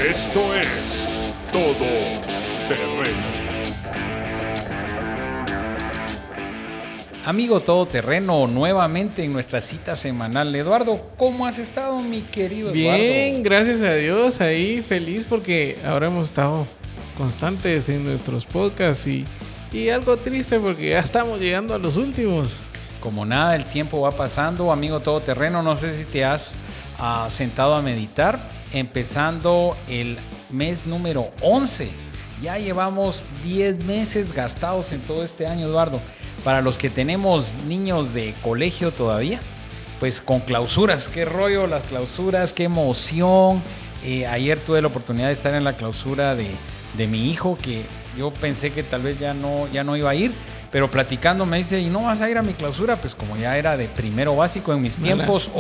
Esto es Todo Terreno. Amigo todoterreno, nuevamente en nuestra cita semanal. Eduardo, ¿cómo has estado, mi querido Eduardo? Bien, gracias a Dios, ahí feliz porque ahora hemos estado constantes en nuestros podcasts y algo triste porque ya estamos llegando a los últimos. Como nada, el tiempo va pasando, amigo todoterreno. No sé si te has sentado a meditar, empezando el mes número 11. Ya llevamos 10 meses gastados en todo este año, Eduardo. Para los que tenemos niños de colegio todavía, pues con clausuras, qué rollo las clausuras, qué emoción. Ayer tuve la oportunidad de estar en la clausura de mi hijo, que yo pensé que tal vez ya no iba a ir, pero platicando me dice, ¿y no vas a ir a mi clausura? Pues como ya era de primero básico en mis tiempos,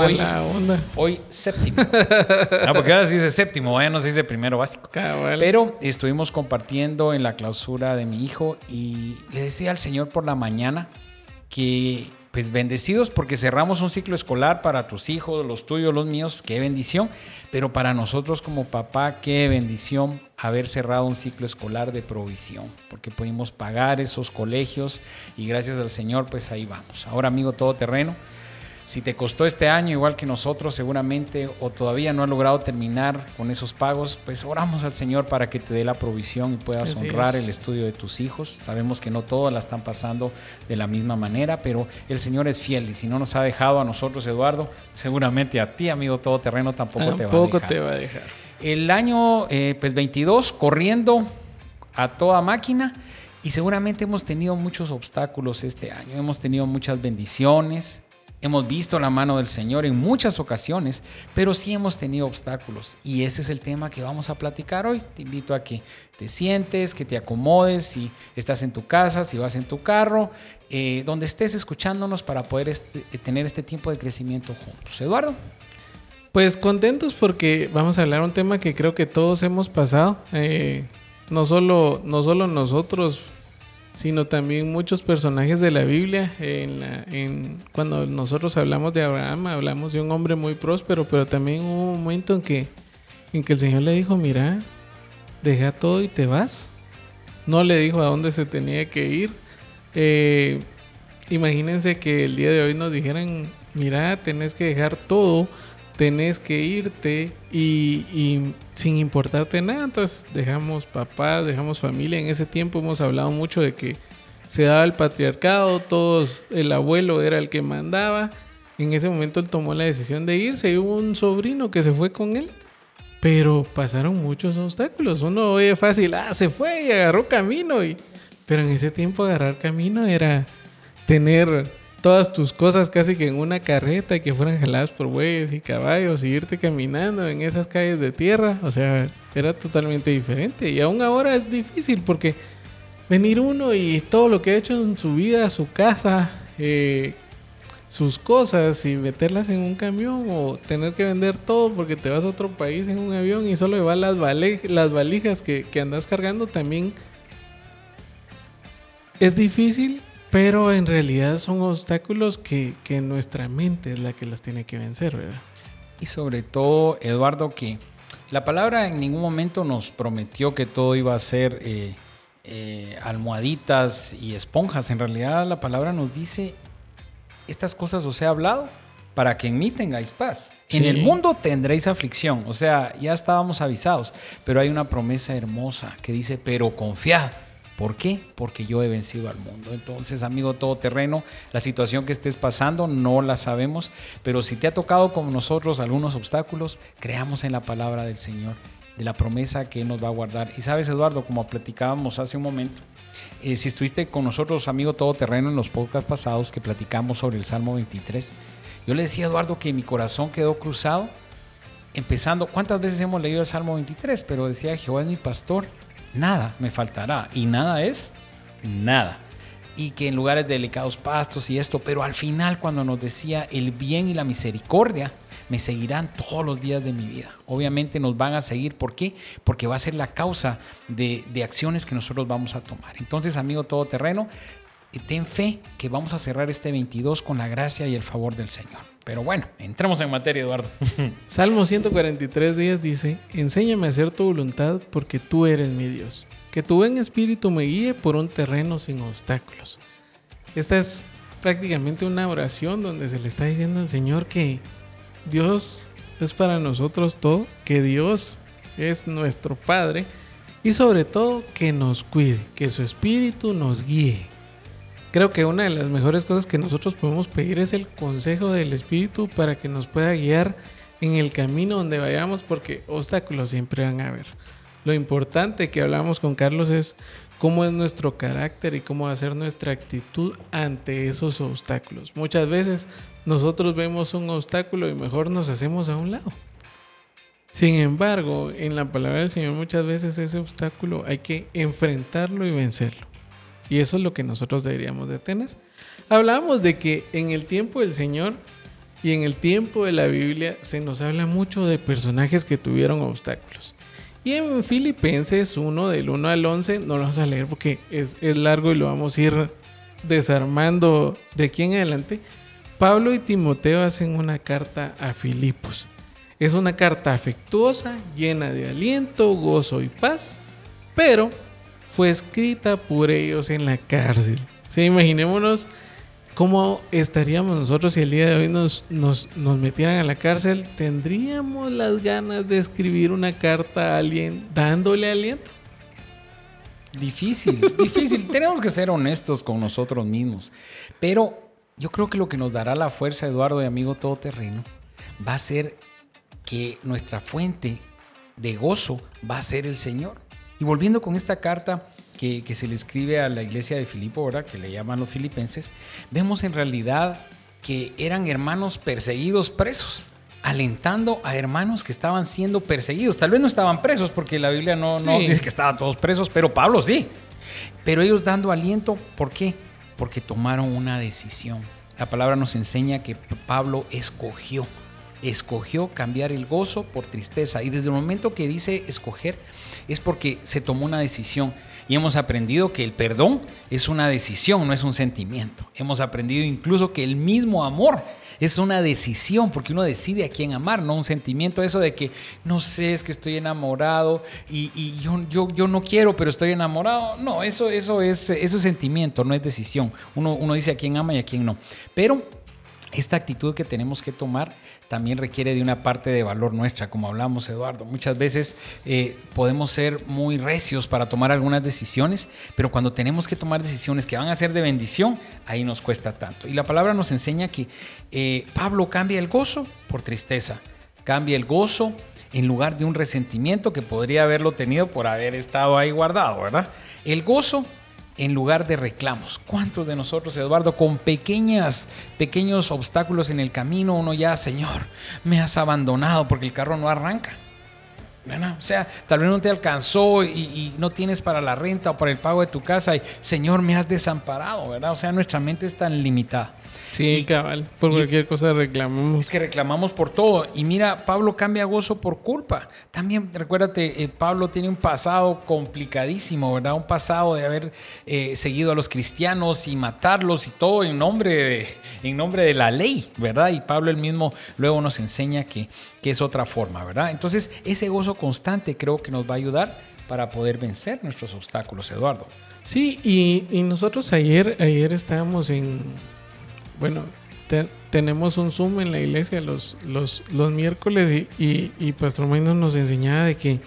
hoy séptimo. No, porque ahora se dice séptimo, ya no se dice primero básico. Cabal. Pero estuvimos compartiendo en la clausura de mi hijo y le decía al Señor por la mañana que pues bendecidos porque cerramos un ciclo escolar para tus hijos, los tuyos, los míos, qué bendición, pero para nosotros como papá, qué bendición haber cerrado un ciclo escolar de provisión, porque pudimos pagar esos colegios y gracias al Señor pues ahí vamos. Ahora, amigo todoterreno, si te costó este año igual que nosotros seguramente o todavía no has logrado terminar con esos pagos, pues oramos al Señor para que te dé la provisión y puedas honrar el estudio de tus hijos. Sabemos que no todos la están pasando de la misma manera, pero el Señor es fiel y si no nos ha dejado a nosotros, Eduardo, seguramente a ti, amigo todoterreno, tampoco te va a dejar. El año pues 22 corriendo a toda máquina y seguramente hemos tenido muchos obstáculos este año, hemos tenido muchas bendiciones. Hemos visto la mano del Señor en muchas ocasiones, pero sí hemos tenido obstáculos y ese es el tema que vamos a platicar hoy. Te invito a que te sientes, que te acomodes, si estás en tu casa, si vas en tu carro, donde estés escuchándonos para poder tener este tiempo de crecimiento juntos. Eduardo. Pues contentos porque vamos a hablar un tema que creo que todos hemos pasado, no solo nosotros, sino también muchos personajes de la Biblia. Cuando nosotros hablamos de Abraham, hablamos de un hombre muy próspero, pero también hubo un momento en que el Señor le dijo, mira, deja todo y te vas. No le dijo a dónde se tenía que ir. Imagínense que el día de hoy nos dijeran, mira, tenés que dejar todo, tenés que irte y sin importarte nada. Entonces dejamos papá, dejamos familia. En ese tiempo hemos hablado mucho de que se daba el patriarcado, el abuelo era el que mandaba. En ese momento él tomó la decisión de irse y hubo un sobrino que se fue con él, pero pasaron muchos obstáculos. Uno oye fácil, se fue y agarró camino, pero en ese tiempo agarrar camino era tener todas tus cosas casi que en una carreta y que fueran jaladas por bueyes y caballos y irte caminando en esas calles de tierra. O sea, era totalmente diferente. Y aún ahora es difícil porque venir uno y todo lo que ha hecho en su vida, su casa, sus cosas y meterlas en un camión o tener que vender todo porque te vas a otro país en un avión y solo llevar las valijas que andas cargando también es difícil. Pero en realidad son obstáculos que nuestra mente es la que las tiene que vencer, ¿verdad? Y sobre todo, Eduardo, que la palabra en ningún momento nos prometió que todo iba a ser almohaditas y esponjas. En realidad la palabra nos dice, estas cosas os he hablado para que en mí tengáis paz. Sí. En el mundo tendréis aflicción. O sea, ya estábamos avisados, pero hay una promesa hermosa que dice, pero confiad. ¿Por qué? Porque yo he vencido al mundo. Entonces, amigo todoterreno, la situación que estés pasando no la sabemos, pero si te ha tocado como nosotros algunos obstáculos, creamos en la palabra del Señor, de la promesa que Él nos va a guardar. Y sabes, Eduardo, como platicábamos hace un momento, si estuviste con nosotros, amigo todoterreno, en los podcasts pasados que platicamos sobre el Salmo 23, yo le decía a Eduardo que mi corazón quedó cruzado, empezando, ¿cuántas veces hemos leído el Salmo 23? Pero decía, Jehová es mi pastor, nada me faltará, y nada es nada, y que en lugares de delicados pastos y esto, pero al final cuando nos decía el bien y la misericordia me seguirán todos los días de mi vida. Obviamente nos van a seguir, ¿por qué? Porque va a ser la causa de acciones que nosotros vamos a tomar. Entonces, amigo todoterreno, ten fe que vamos a cerrar este 22 con la gracia y el favor del Señor. Pero bueno, entremos en materia, Eduardo. Salmo 143 días dice: enséñame a hacer tu voluntad porque tú eres mi Dios. Que tu buen espíritu me guíe por un terreno sin obstáculos. Esta es prácticamente una oración donde se le está diciendo al Señor que Dios es para nosotros todo, que Dios es nuestro Padre y sobre todo que nos cuide, que su espíritu nos guíe. Creo que una de las mejores cosas que nosotros podemos pedir es el consejo del Espíritu para que nos pueda guiar en el camino donde vayamos, porque obstáculos siempre van a haber. Lo importante que hablamos con Carlos es cómo es nuestro carácter y cómo va a ser nuestra actitud ante esos obstáculos. Muchas veces nosotros vemos un obstáculo y mejor nos hacemos a un lado. Sin embargo, en la palabra del Señor muchas veces ese obstáculo hay que enfrentarlo y vencerlo. Y eso es lo que nosotros deberíamos de tener. Hablábamos de que en el tiempo del Señor y en el tiempo de la Biblia se nos habla mucho de personajes que tuvieron obstáculos. Y en Filipenses 1, del 1 al 11, no lo vamos a leer porque es largo y lo vamos a ir desarmando de aquí en adelante. Pablo y Timoteo hacen una carta a Filipos. Es una carta afectuosa, llena de aliento, gozo y paz, pero fue escrita por ellos en la cárcel. Sí, imaginémonos cómo estaríamos nosotros si el día de hoy nos metieran a la cárcel. ¿Tendríamos las ganas de escribir una carta a alguien dándole aliento? Difícil. Tenemos que ser honestos con nosotros mismos. Pero yo creo que lo que nos dará la fuerza, Eduardo y amigo todoterreno, va a ser que nuestra fuente de gozo va a ser el Señor. Y volviendo con esta carta que se le escribe a la iglesia de Filipo, ¿verdad?, que le llaman los filipenses, vemos en realidad que eran hermanos perseguidos, presos, alentando a hermanos que estaban siendo perseguidos. Tal vez no estaban presos, porque la Biblia no dice que estaban todos presos, pero Pablo sí. Pero ellos dando aliento, ¿por qué? Porque tomaron una decisión. La palabra nos enseña que Pablo escogió cambiar el gozo por tristeza, y desde el momento que dice escoger es porque se tomó una decisión, y hemos aprendido que el perdón es una decisión, no es un sentimiento. Hemos aprendido incluso que el mismo amor es una decisión, porque uno decide a quién amar, no un sentimiento. Eso de que no sé, es que estoy enamorado y yo no quiero, pero estoy enamorado. No, eso es sentimiento, no es decisión. Uno dice a quién ama y a quién no. Pero esta actitud que tenemos que tomar también requiere de una parte de valor nuestra, como hablamos, Eduardo. Muchas veces podemos ser muy recios para tomar algunas decisiones, pero cuando tenemos que tomar decisiones que van a ser de bendición, ahí nos cuesta tanto. Y la palabra nos enseña que Pablo cambia el gozo por tristeza, cambia el gozo en lugar de un resentimiento que podría haberlo tenido por haber estado ahí guardado, ¿verdad? El gozo en lugar de reclamos. ¿Cuántos de nosotros, Eduardo, con pequeños obstáculos en el camino, uno ya, Señor, me has abandonado porque el carro no arranca? ¿Verdad? O sea, tal vez no te alcanzó y no tienes para la renta o para el pago de tu casa y, Señor, me has desamparado, ¿verdad? O sea, nuestra mente es tan limitada. Sí, cabal. Por cualquier cosa reclamamos. Es que reclamamos por todo. Y mira, Pablo cambia gozo por culpa. También, recuérdate, Pablo tiene un pasado complicadísimo, ¿verdad? Un pasado de haber seguido a los cristianos y matarlos y todo en nombre de la ley, ¿verdad? Y Pablo él mismo luego nos enseña que es otra forma, ¿verdad? Entonces, ese gozo constante creo que nos va a ayudar para poder vencer nuestros obstáculos, Eduardo. Sí, y nosotros ayer estábamos bueno, tenemos un Zoom en la iglesia los miércoles y Pastor Maynard nos enseñaba de que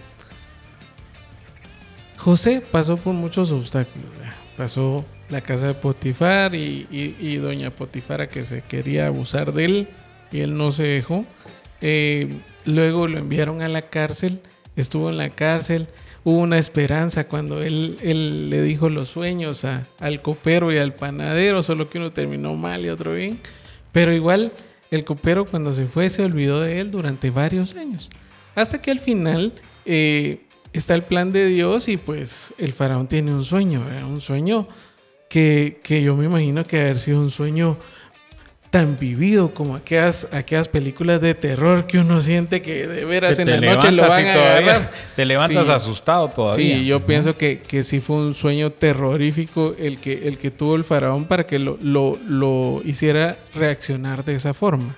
José pasó por muchos obstáculos. Pasó la casa de Potifar y doña Potifara que se quería abusar de él y él no se dejó. Luego lo enviaron a la cárcel, estuvo en la cárcel. Hubo una esperanza cuando él le dijo los sueños al copero y al panadero, solo que uno terminó mal y otro bien. Pero igual el copero cuando se fue se olvidó de él durante varios años. Hasta que al final está el plan de Dios y pues el faraón tiene un sueño, ¿verdad? Un sueño que yo me imagino que haber sido un sueño tan vivido como aquellas películas de terror que uno siente que de veras en la noche lo van a agarrar. Te levantas asustado todavía. Sí, yo pienso que sí fue un sueño terrorífico el que tuvo el faraón para que lo hiciera reaccionar de esa forma.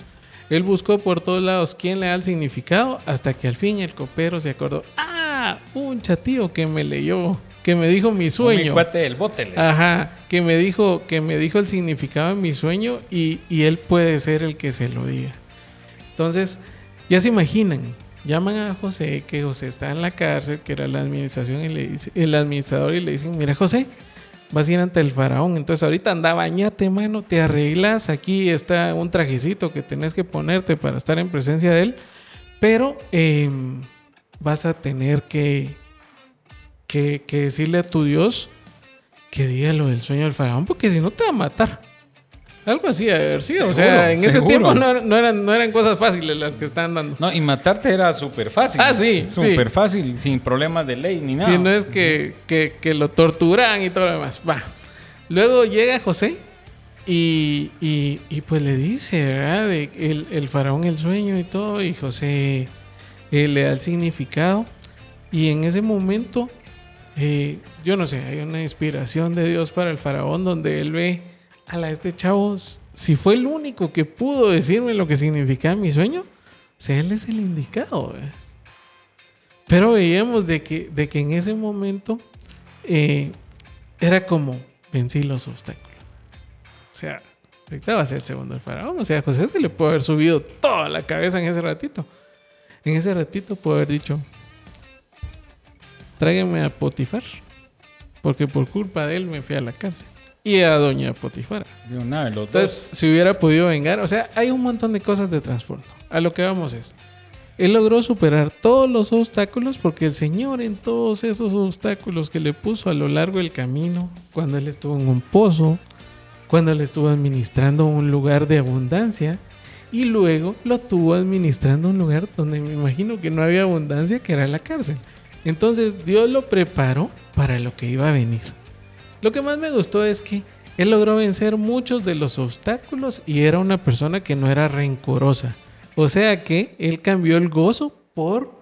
Él buscó por todos lados quién le da el significado hasta que al fin el copero se acordó. Un chatío que me leyó, que me dijo mi sueño. Mi cuate del bote. Ajá, que me dijo el significado de mi sueño y él puede ser el que se lo diga. Entonces, ya se imaginan, llaman a José, que José está en la cárcel, que era la administración, y le dice, el administrador, y le dicen, mira José, vas a ir ante el faraón, entonces ahorita anda, bañate, mano, te arreglas, aquí está un trajecito que tenés que ponerte para estar en presencia de él, pero vas a tener que decirle a tu Dios que diga lo del sueño del faraón, porque si no te va a matar. Algo así debe haber sido. O sea, en ese tiempo no eran cosas fáciles las que estaban dando. No, y matarte era súper fácil. Sí. Súper fácil, sin problemas de ley ni nada. Si no es que lo torturan y todo lo demás. Va. Luego llega José y pues le dice, ¿verdad? El faraón el sueño y todo. Y José le da el significado. Y en ese momento, yo no sé, hay una inspiración de Dios para el faraón donde él ve este chavo, si fue el único que pudo decirme lo que significaba mi sueño, o sea, él es el indicado, ¿verdad? Pero veíamos de que en ese momento era como vencí los obstáculos. O sea, ahorita va a ser el segundo el faraón. O sea, a José se le puede haber subido toda la cabeza en ese ratito. En ese ratito puede haber dicho, tráigame a Potifar, porque por culpa de él me fui a la cárcel. Y a doña Potifar. Entonces, si hubiera podido vengar, o sea, hay un montón de cosas de trasfondo. A lo que vamos es, él logró superar todos los obstáculos porque el Señor en todos esos obstáculos que le puso a lo largo del camino, cuando él estuvo en un pozo, cuando él estuvo administrando un lugar de abundancia y luego lo tuvo administrando un lugar donde me imagino que no había abundancia, que era la cárcel. Entonces Dios lo preparó para lo que iba a venir. Lo que más me gustó es que él logró vencer muchos de los obstáculos y era una persona que no era rencorosa. O sea que él cambió el gozo por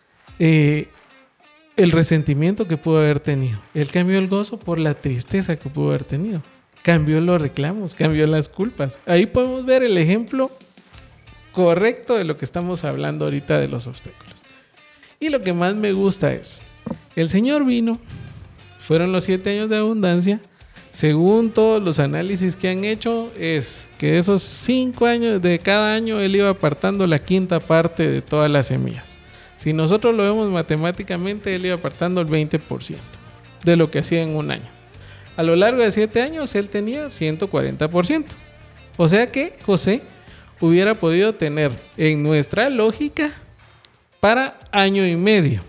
el resentimiento que pudo haber tenido. Él cambió el gozo por la tristeza que pudo haber tenido. Cambió los reclamos, cambió las culpas. Ahí podemos ver el ejemplo correcto de lo que estamos hablando ahorita de los obstáculos. Y lo que más me gusta es, el Señor vino, fueron los 7 años de abundancia. Según todos los análisis que han hecho, es que esos 5 años de cada año él iba apartando la quinta parte de todas las semillas. Si nosotros lo vemos matemáticamente, él iba apartando el 20% de lo que hacía en un año. A lo largo de 7 años, él tenía 140%. O sea que José hubiera podido tener, en nuestra lógica, para año y medio.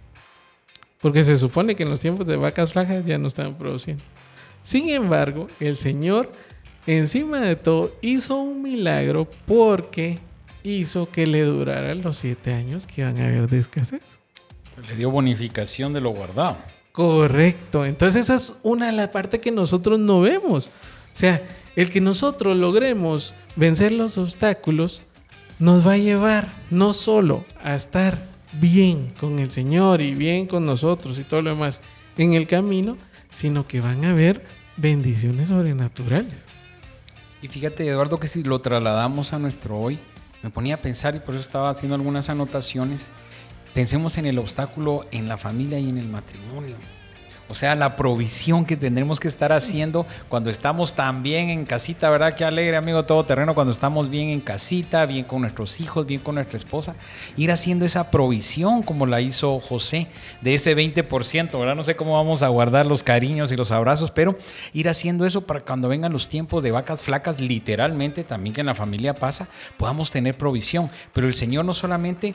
Porque se supone que en los tiempos de vacas flacas ya no estaban produciendo. Sin embargo, el Señor, encima de todo, hizo un milagro porque hizo que le duraran los 7 años que iban a haber de escasez. Le dio bonificación de lo guardado. Correcto. Entonces esa es una de las partes que nosotros no vemos. O sea, el que nosotros logremos vencer los obstáculos nos va a llevar no solo a estar bien con el Señor y bien con nosotros y todo lo demás en el camino, sino que van a haber bendiciones sobrenaturales. Y fíjate, Eduardo, que si lo trasladamos a nuestro hoy, me ponía a pensar y por eso estaba haciendo algunas anotaciones. Pensemos en el obstáculo en la familia y en el matrimonio. O sea, la provisión que tendremos que estar haciendo cuando estamos tan bien en casita, ¿verdad? Qué alegre, amigo todoterreno, cuando estamos bien en casita, bien con nuestros hijos, bien con nuestra esposa. Ir haciendo esa provisión como la hizo José, de ese 20%, ¿verdad? No sé cómo vamos a guardar los cariños y los abrazos, pero ir haciendo eso para cuando vengan los tiempos de vacas flacas, literalmente, también que en la familia pasa, podamos tener provisión. Pero el Señor no solamente,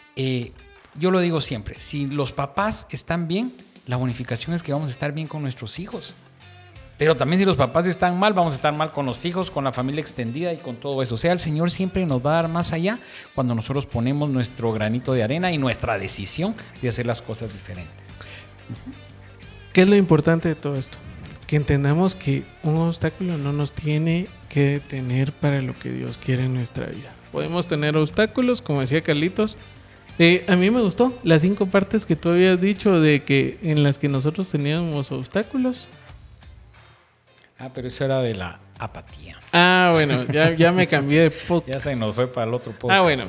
yo lo digo siempre, si los papás están bien, la bonificación es que vamos a estar bien con nuestros hijos. Pero también si los papás están mal, vamos a estar mal con los hijos, con la familia extendida y con todo eso. O sea, el Señor siempre nos va a dar más allá cuando nosotros ponemos nuestro granito de arena y nuestra decisión de hacer las cosas diferentes. ¿Qué es lo importante de todo esto? Que entendamos que un obstáculo no nos tiene que detener para lo que Dios quiere en nuestra vida. Podemos tener obstáculos, como decía Carlitos. A mí me gustó las 5 partes que tú habías dicho de que en las que nosotros teníamos obstáculos. Pero eso era de la apatía. Bueno, ya me cambié de podcast. Ya se nos fue para el otro podcast. Bueno.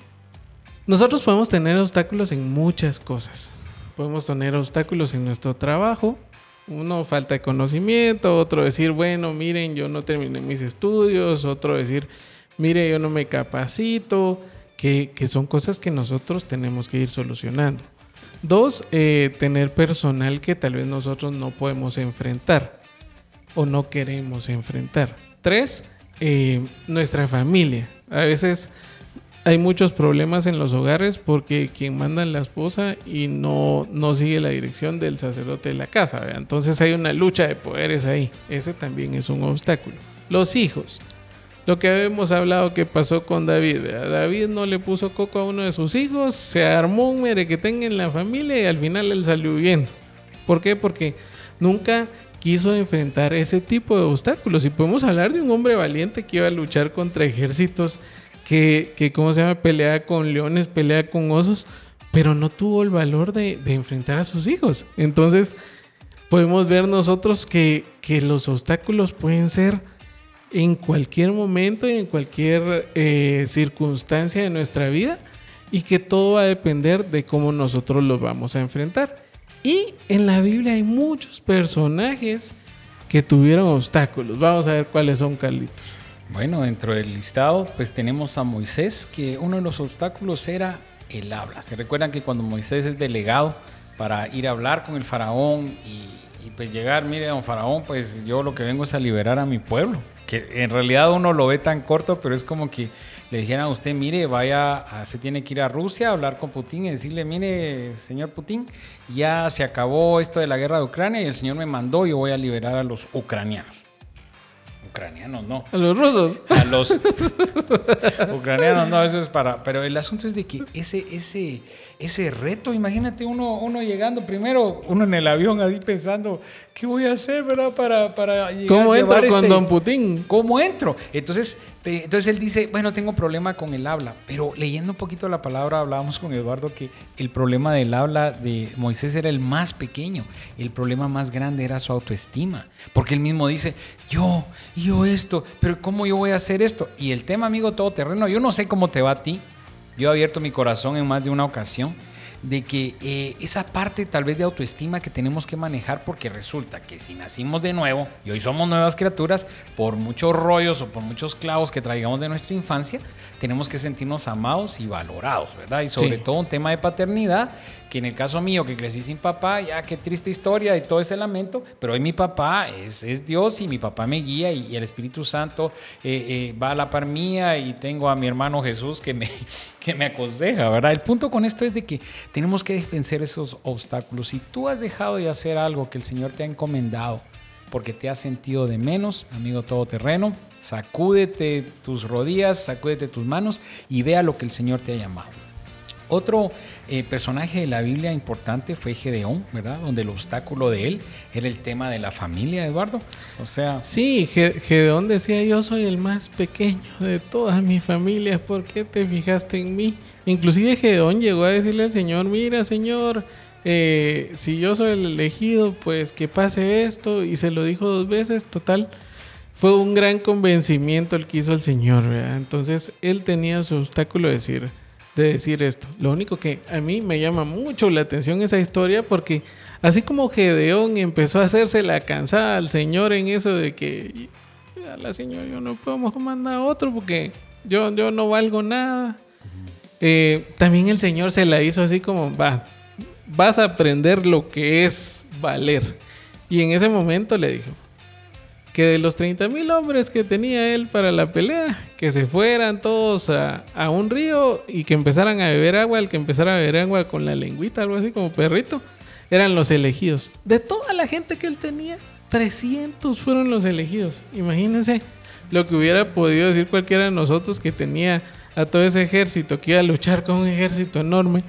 Nosotros podemos tener obstáculos en muchas cosas. Podemos tener obstáculos en nuestro trabajo. Uno, falta de conocimiento. Otro, decir, bueno, miren, yo no terminé mis estudios. Otro, decir, mire, yo no me capacito. Que son cosas que nosotros tenemos que ir solucionando. 2, tener personal que tal vez nosotros no podemos enfrentar o no queremos enfrentar. 3, nuestra familia. A veces hay muchos problemas en los hogares porque quien manda es la esposa y no sigue la dirección del sacerdote de la casa, ¿verdad? Entonces hay una lucha de poderes ahí. Ese también es un obstáculo. Los hijos. Lo que habíamos hablado que pasó con David, ¿verdad? David no le puso coco a uno de sus hijos, se armó un merequetengue en la familia y al final él salió huyendo. ¿Por qué? Porque nunca quiso enfrentar ese tipo de obstáculos. Y podemos hablar de un hombre valiente que iba a luchar contra ejércitos, que ¿cómo se llama? Pelea con leones, pelea con osos, pero no tuvo el valor de enfrentar a sus hijos. Entonces podemos ver nosotros que los obstáculos pueden ser en cualquier momento y en cualquier circunstancia de nuestra vida, y que todo va a depender de cómo nosotros los vamos a enfrentar. Y en la Biblia hay muchos personajes que tuvieron obstáculos. Vamos a ver cuáles son, Carlitos. Bueno, dentro del listado pues tenemos a Moisés, que uno de los obstáculos era el habla. Se recuerdan que cuando Moisés es delegado para ir a hablar con el faraón y pues llegar, mire, don faraón, pues yo lo que vengo es a liberar a mi pueblo. Que en realidad uno lo ve tan corto, pero es como que le dijeran a usted, mire, se tiene que ir a Rusia a hablar con Putin y decirle, mire, señor Putin, ya se acabó esto de la guerra de Ucrania y el señor me mandó, yo voy a liberar a los ucranianos. Ucranianos no. A los rusos. A los ucranianos no, eso es para... Pero el asunto es de que ese reto, imagínate uno llegando primero, uno en el avión así pensando, ¿qué voy a hacer, verdad? Para llegar, ¿cómo entro con don Putin? ¿Cómo entro? Entonces él dice, bueno, tengo problema con el habla. Pero leyendo un poquito la palabra, hablábamos con Eduardo que el problema del habla de Moisés era el más pequeño. El problema más grande era su autoestima. Porque él mismo dice, yo esto, pero ¿cómo yo voy a hacer esto? Y el tema, amigo todoterreno, yo no sé cómo te va a ti. Yo he abierto mi corazón en más de una ocasión de que esa parte tal vez de autoestima que tenemos que manejar, porque resulta que si nacimos de nuevo y hoy somos nuevas criaturas, por muchos rollos o por muchos clavos que traigamos de nuestra infancia, tenemos que sentirnos amados y valorados, ¿verdad? Y sobre todo un tema de paternidad, que en el caso mío, que crecí sin papá, ya qué triste historia y todo ese lamento, pero hoy mi papá es Dios y mi papá me guía y el Espíritu Santo va a la par mía y tengo a mi hermano Jesús que me aconseja, ¿verdad? El punto con esto es de que tenemos que vencer esos obstáculos. Si tú has dejado de hacer algo que el Señor te ha encomendado porque te has sentido de menos, amigo todoterreno, sacúdete tus rodillas, sacúdete tus manos y vea lo que el Señor te ha llamado. Otro personaje de la Biblia importante fue Gedeón, ¿verdad? Donde el obstáculo de él era el tema de la familia, Eduardo. O sea... Sí, Gedeón decía, yo soy el más pequeño de toda mi familia, ¿por qué te fijaste en mí? Inclusive Gedeón llegó a decirle al Señor, mira, Señor, si yo soy el elegido, pues que pase esto. Y se lo dijo 2 veces, total. Fue un gran convencimiento el que hizo el Señor, ¿verdad? Entonces él tenía su obstáculo de decir esto. Lo único que a mí me llama mucho la atención esa historia, porque así como Gedeón empezó a hacerse la cansada al Señor en eso de que a la Señor yo no puedo mandar a otro porque yo no valgo nada, también el Señor se la hizo así como, vas a aprender lo que es valer. Y en ese momento le dijo que de los 30,000 hombres que tenía él para la pelea, que se fueran todos a un río y que empezaran a beber agua. El que empezara a beber agua con la lengüita, algo así como perrito, eran los elegidos. De toda la gente que él tenía, 300 fueron los elegidos. Imagínense lo que hubiera podido decir cualquiera de nosotros que tenía a todo ese ejército, que iba a luchar con un ejército enorme,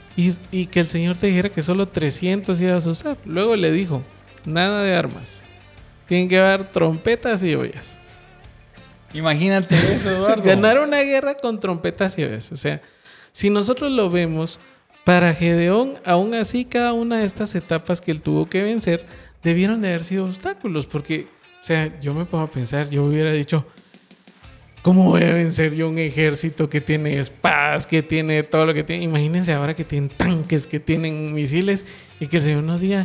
y que el Señor te dijera que solo 300 ibas a usar. Luego le dijo, nada de armas. Tienen que dar trompetas y ollas. Imagínate eso, Eduardo. Ganar una guerra con trompetas y ollas. O sea, si nosotros lo vemos, para Gedeón, aún así, cada una de estas etapas que él tuvo que vencer, debieron de haber sido obstáculos. Porque O sea, yo me pongo a pensar, yo hubiera dicho, ¿cómo voy a vencer yo un ejército que tiene espadas, que tiene todo lo que tiene? Imagínense ahora que tienen tanques, que tienen misiles y que el Señor nos diga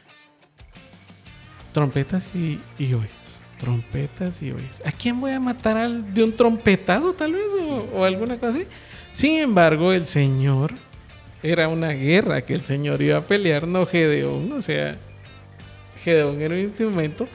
trompetas y oídos. Trompetas y oídos. ¿A quién voy a matar de un trompetazo tal vez o alguna cosa así? Sin embargo, el Señor era una guerra que el Señor iba a pelear, no Gedeón. O sea, Gedeón era un instrumento.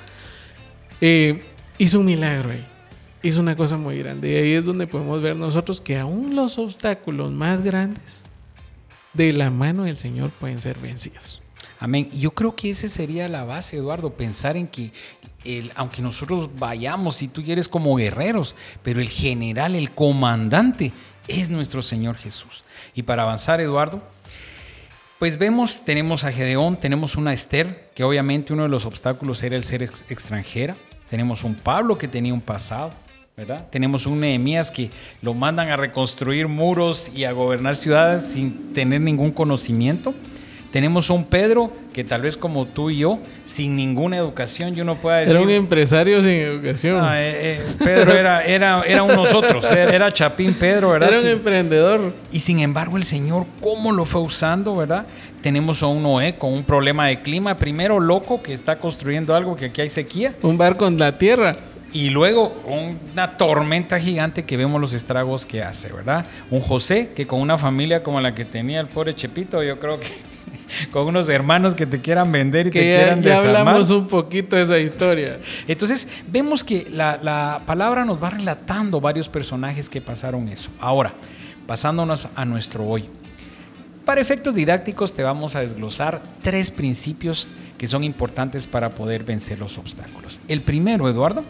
Hizo un milagro ahí. Hizo una cosa muy grande. Y ahí es donde podemos ver nosotros que aún los obstáculos más grandes de la mano del Señor pueden ser vencidos. Amén. Yo creo que esa sería la base, Eduardo, pensar en que aunque nosotros vayamos, si tú quieres, como guerreros, pero el general, el comandante es nuestro Señor Jesús. Y para avanzar, Eduardo, pues tenemos a Gedeón, tenemos una Esther, que obviamente uno de los obstáculos era el ser extranjera. Tenemos un Pablo que tenía un pasado, ¿verdad? Tenemos un Nehemías que lo mandan a reconstruir muros y a gobernar ciudades sin tener ningún conocimiento. Tenemos un Pedro que tal vez como tú y yo, sin ninguna educación, yo no pueda decir... Era un empresario sin educación. No, Pedro era un nosotros, era Chapín Pedro, ¿verdad? Era un emprendedor. Y sin embargo el Señor, ¿cómo lo fue usando, verdad? Tenemos a un Noé con un problema de clima, primero loco, que está construyendo algo que aquí hay sequía. Un barco en la tierra. Y luego una tormenta gigante que vemos los estragos que hace, ¿verdad? Un José que con una familia como la que tenía el pobre Chepito, yo creo que con unos hermanos que te quieran vender y que te quieran desarmar. Ya hablamos un poquito de esa historia. Entonces vemos que la palabra nos va relatando varios personajes que pasaron eso. Ahora, pasándonos a nuestro hoy. Para efectos didácticos te vamos a desglosar 3 principios que son importantes para poder vencer los obstáculos. El primero, Eduardo.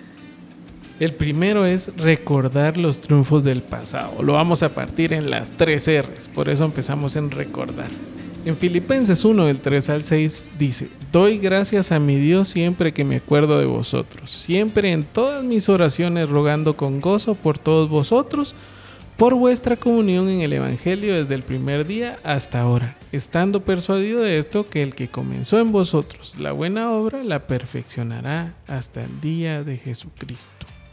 El primero es recordar los triunfos del pasado. Lo vamos a partir en las 3 R's. Por eso empezamos en recordar. En Filipenses 1, del 3 al 6 dice: doy gracias a mi Dios siempre que me acuerdo de vosotros, siempre en todas mis oraciones rogando con gozo por todos vosotros, por vuestra comunión en el Evangelio desde el primer día hasta ahora, estando persuadido de esto, que el que comenzó en vosotros la buena obra la perfeccionará hasta el día de Jesucristo.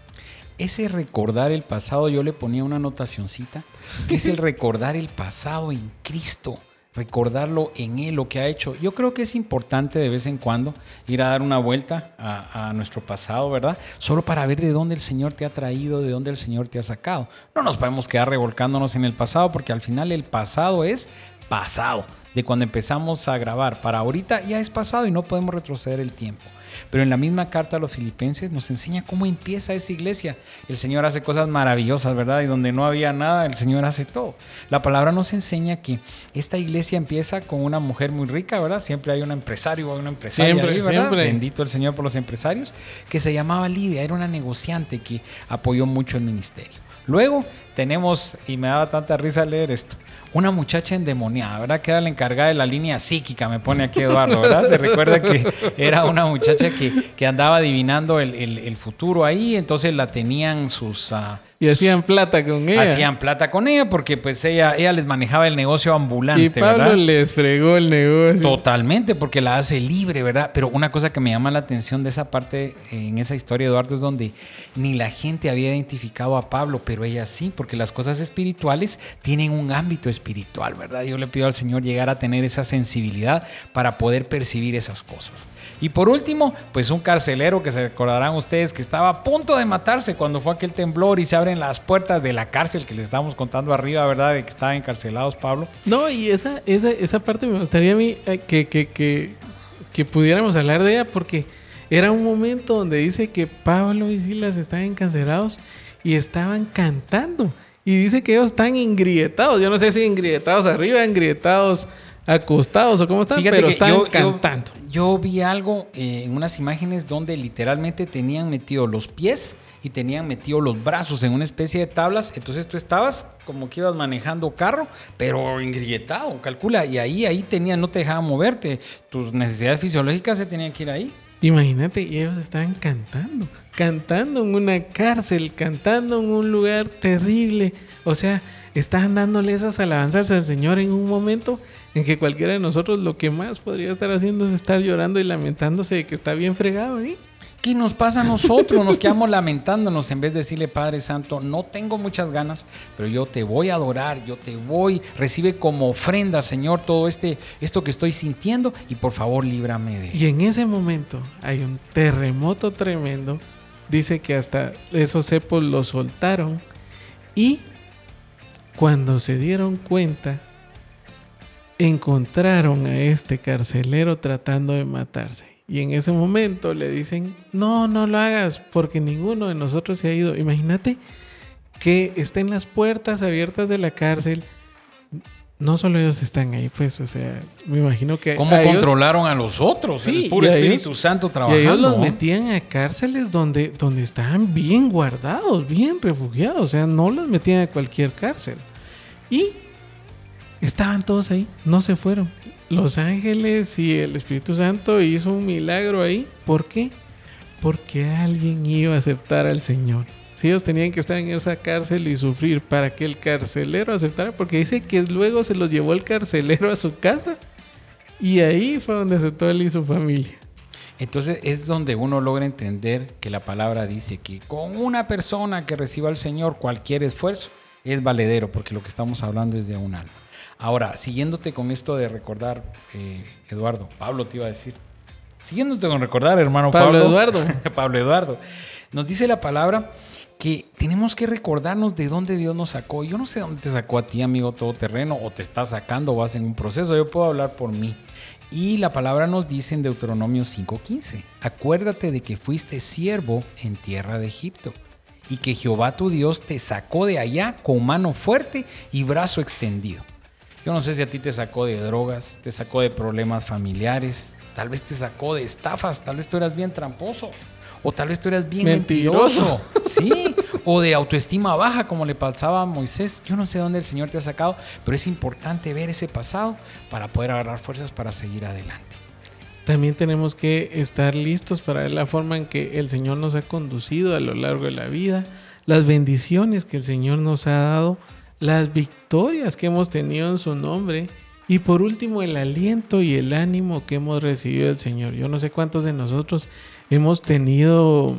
Ese recordar el pasado, yo le ponía una anotacioncita, que es el recordar el pasado en Cristo. Recordarlo en Él, lo que ha hecho. Yo creo que es importante de vez en cuando ir a dar una vuelta a nuestro pasado, ¿verdad? Solo para ver de dónde el Señor te ha traído, de dónde el Señor te ha sacado. No nos podemos quedar revolcándonos en el pasado, porque al final el pasado es pasado. De cuando empezamos a grabar para ahorita ya es pasado y no podemos retroceder el tiempo. Pero en la misma carta a los Filipenses nos enseña cómo empieza esa iglesia. El Señor hace cosas maravillosas, ¿verdad? Y donde no había nada, el Señor hace todo. La palabra nos enseña que esta iglesia empieza con una mujer muy rica, ¿verdad? Siempre hay un empresario o una empresaria siempre, ahí, ¿verdad? Siempre. Bendito el Señor por los empresarios, que se llamaba Lidia. Era una negociante que apoyó mucho el ministerio. Luego tenemos, y me daba tanta risa leer esto, una muchacha endemoniada, ¿verdad? Que era la encargada de la línea psíquica, me pone aquí Eduardo, ¿verdad? Se recuerda que era una muchacha que andaba adivinando el futuro ahí, entonces la tenían sus... Y hacían plata con ella. Hacían plata con ella porque pues ella les manejaba el negocio ambulante, y Pablo, ¿verdad? les fregó el negocio. Totalmente, porque la hace libre, ¿verdad? Pero una cosa que me llama la atención de esa parte, en esa historia, Eduardo, es donde ni la gente había identificado a Pablo, pero ella sí, porque las cosas espirituales tienen un ámbito espiritual, ¿verdad? Yo le pido al Señor llegar a tener esa sensibilidad para poder percibir esas cosas. Y por último, pues un carcelero que se recordarán ustedes que estaba a punto de matarse cuando fue aquel temblor y se abren las puertas de la cárcel que les estábamos contando arriba, ¿verdad? De que estaban encarcelados, Pablo. No, y esa parte me gustaría a mí que pudiéramos hablar de ella, porque era un momento donde dice que Pablo y Silas estaban encarcelados y estaban cantando. Y dice que ellos están engrietados. Yo no sé si engrietados arriba, engrietados acostados o cómo están, fíjate, pero están cantando. Yo vi algo en unas imágenes donde literalmente tenían metido los pies y tenían metido los brazos en una especie de tablas. Entonces tú estabas como que ibas manejando carro, pero engrietado, calcula. Y ahí no te dejaban moverte. Tus necesidades fisiológicas se tenían que ir ahí. Imagínate, y ellos estaban cantando en una cárcel, cantando en un lugar terrible. O sea, estaban dándole esas alabanzas al Señor en un momento en que cualquiera de nosotros lo que más podría estar haciendo es estar llorando y lamentándose de que está bien fregado, ¿eh? ¿Qué nos pasa a nosotros? Nos quedamos lamentándonos en vez de decirle, Padre Santo, no tengo muchas ganas, pero yo te voy a adorar, recibe como ofrenda, Señor, todo esto que estoy sintiendo y por favor líbrame de él. Y en ese momento hay un terremoto tremendo. Dice que hasta esos cepos los soltaron y cuando se dieron cuenta, encontraron a este carcelero tratando de matarse. Y en ese momento le dicen, no lo hagas porque ninguno de nosotros se ha ido. Imagínate que estén las puertas abiertas de la cárcel. No solo ellos están ahí, pues, o sea, me imagino que... ¿Cómo controlaron a los otros? Sí, el puro Espíritu Santo trabajando. Y ellos los metían a cárceles donde estaban bien guardados, bien refugiados. O sea, no los metían a cualquier cárcel. Y estaban todos ahí, no se fueron. Los ángeles y el Espíritu Santo hizo un milagro ahí. ¿Por qué? Porque alguien iba a aceptar al Señor. Si ellos tenían que estar en esa cárcel y sufrir para que el carcelero aceptara, porque dice que luego se los llevó el carcelero a su casa y ahí fue donde aceptó él y su familia. Entonces es donde uno logra entender que la palabra dice que con una persona que reciba al Señor cualquier esfuerzo es valedero, porque lo que estamos hablando es de un alma. Ahora, siguiéndote con esto de recordar, Eduardo, Pablo te iba a decir, siguiéndote con recordar, hermano Pablo Eduardo. Pablo Eduardo, nos dice la palabra que tenemos que recordarnos de dónde Dios nos sacó. Yo no sé dónde te sacó a ti, amigo todoterreno, o te está sacando o vas en un proceso. Yo puedo hablar por mí. Y la palabra nos dice en Deuteronomio 5:15, acuérdate de que fuiste siervo en tierra de Egipto y que Jehová tu Dios te sacó de allá con mano fuerte y brazo extendido. Yo no sé si a ti te sacó de drogas, te sacó de problemas familiares, tal vez te sacó de estafas, tal vez tú eras bien tramposo, o tal vez tú eras bien mentiroso. Sí, o de autoestima baja como le pasaba a Moisés. Yo no sé dónde el Señor te ha sacado, pero es importante ver ese pasado para poder agarrar fuerzas para seguir adelante. También tenemos que estar listos para ver la forma en que el Señor nos ha conducido a lo largo de la vida, las bendiciones que el Señor nos ha dado, las victorias que hemos tenido en su nombre y por último el aliento y el ánimo que hemos recibido del Señor. Yo no sé cuántos de nosotros hemos tenido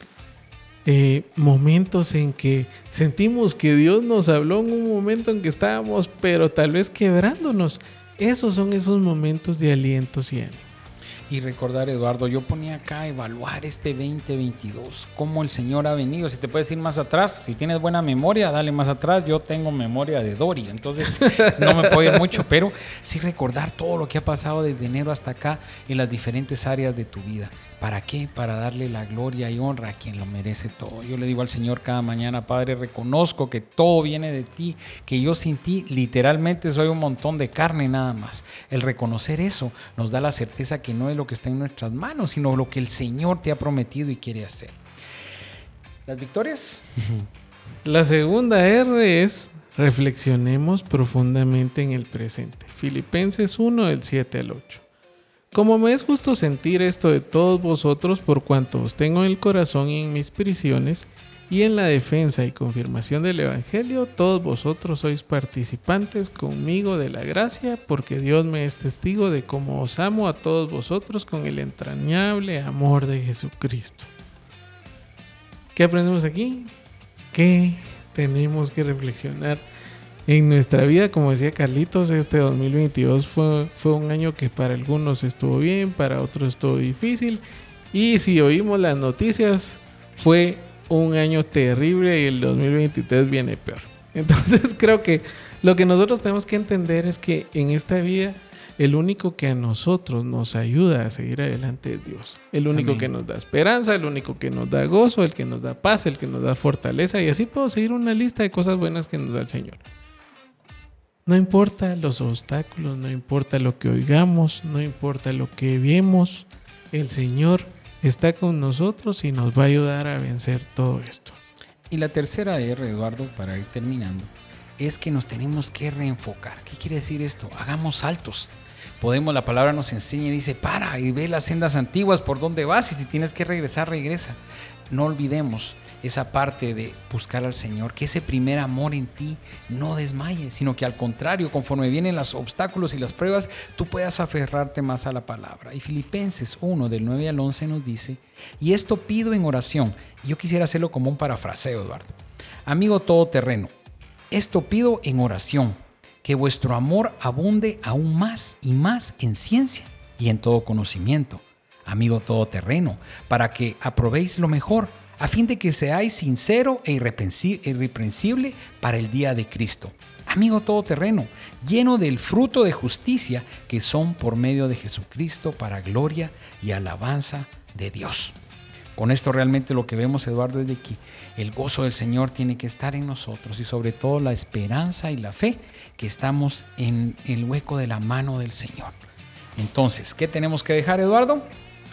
momentos en que sentimos que Dios nos habló en un momento en que estábamos pero tal vez quebrándonos. Esos son esos momentos de alientos y ánimo. Y recordar, Eduardo, yo ponía acá evaluar este 2022, cómo el Señor ha venido. Si te puedes ir más atrás, si tienes buena memoria, dale más atrás. Yo tengo memoria de Dory, entonces no me puedo ir mucho, pero sí recordar todo lo que ha pasado desde enero hasta acá en las diferentes áreas de tu vida. ¿Para qué? Para darle la gloria y honra a quien lo merece todo. Yo le digo al Señor cada mañana, Padre, reconozco que todo viene de ti, que yo sin ti literalmente soy un montón de carne nada más. El reconocer eso nos da la certeza que no es lo que está en nuestras manos, sino lo que el Señor te ha prometido y quiere hacer. ¿Las victorias? La segunda R es reflexionemos profundamente en el presente. Filipenses 1, del 7 al 8. Como me es justo sentir esto de todos vosotros, por cuanto os tengo en el corazón y en mis prisiones, y en la defensa y confirmación del Evangelio, todos vosotros sois participantes conmigo de la gracia, porque Dios me es testigo de cómo os amo a todos vosotros con el entrañable amor de Jesucristo. ¿Qué aprendemos aquí? Que tenemos que reflexionar en nuestra vida. Como decía Carlitos, este 2022 fue un año que para algunos estuvo bien, para otros estuvo difícil. Y si oímos las noticias, fue un año terrible y el 2023 viene peor. Entonces creo que lo que nosotros tenemos que entender es que en esta vida el único que a nosotros nos ayuda a seguir adelante es Dios. El único Amén. Que nos da esperanza, el único que nos da gozo, el que nos da paz, el que nos da fortaleza. Y así puedo seguir una lista de cosas buenas que nos da el Señor. No importa los obstáculos, no importa lo que oigamos, no importa lo que vemos, el Señor está con nosotros y nos va a ayudar a vencer todo esto. Y la tercera R, Eduardo, para ir terminando, es que nos tenemos que reenfocar. ¿Qué quiere decir esto? Hagamos saltos. La palabra nos enseña y dice, para y ve las sendas antiguas por dónde vas y si tienes que regresar, regresa. No olvidemos esa parte de buscar al Señor, que ese primer amor en ti no desmaye, sino que al contrario, conforme vienen los obstáculos y las pruebas, tú puedas aferrarte más a la palabra. Y Filipenses 1, del 9 al 11 nos dice, y esto pido en oración. Y yo quisiera hacerlo como un parafraseo, Eduardo. Amigo todoterreno, esto pido en oración, que vuestro amor abunde aún más y más en ciencia y en todo conocimiento, amigo todoterreno, para que aprobéis lo mejor, a fin de que seáis sincero e irreprensible para el día de Cristo. Amigo todoterreno, lleno del fruto de justicia que son por medio de Jesucristo para gloria y alabanza de Dios. Con esto realmente lo que vemos, Eduardo, es de que el gozo del Señor tiene que estar en nosotros y sobre todo la esperanza y la fe que estamos en el hueco de la mano del Señor. Entonces, ¿qué tenemos que dejar, Eduardo?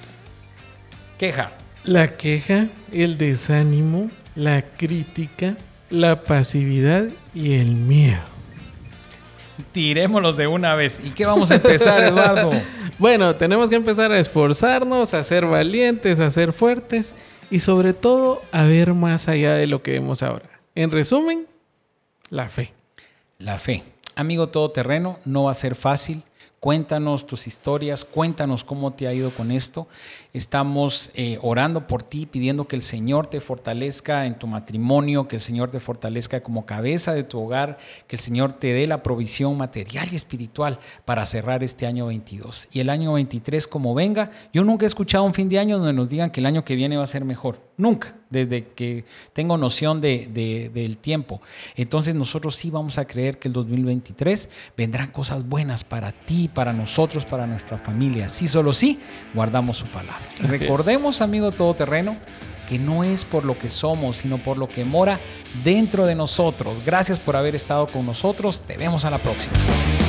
Queja. La queja, el desánimo, la crítica, la pasividad y el miedo. Tirémoslos de una vez. ¿Y qué vamos a empezar, Eduardo? Bueno, tenemos que empezar a esforzarnos, a ser valientes, a ser fuertes y sobre todo a ver más allá de lo que vemos ahora. En resumen, la fe. La fe. Amigo todoterreno, no va a ser fácil. Cuéntanos tus historias, cuéntanos cómo te ha ido con esto. Estamos orando por ti, pidiendo que el Señor te fortalezca en tu matrimonio, que el Señor te fortalezca como cabeza de tu hogar, que el Señor te dé la provisión material y espiritual para cerrar este año 22. Y el año 23 como venga, yo nunca he escuchado un fin de año donde nos digan que el año que viene va a ser mejor. Nunca, desde que tengo noción del tiempo. Entonces nosotros sí vamos a creer que el 2023 vendrán cosas buenas para ti, para nosotros, para nuestra familia. Sí, solo sí, guardamos su palabra. Recordemos, amigo todoterreno, que no es por lo que somos, sino por lo que mora dentro de nosotros. Gracias por haber estado con nosotros. Te vemos a la próxima.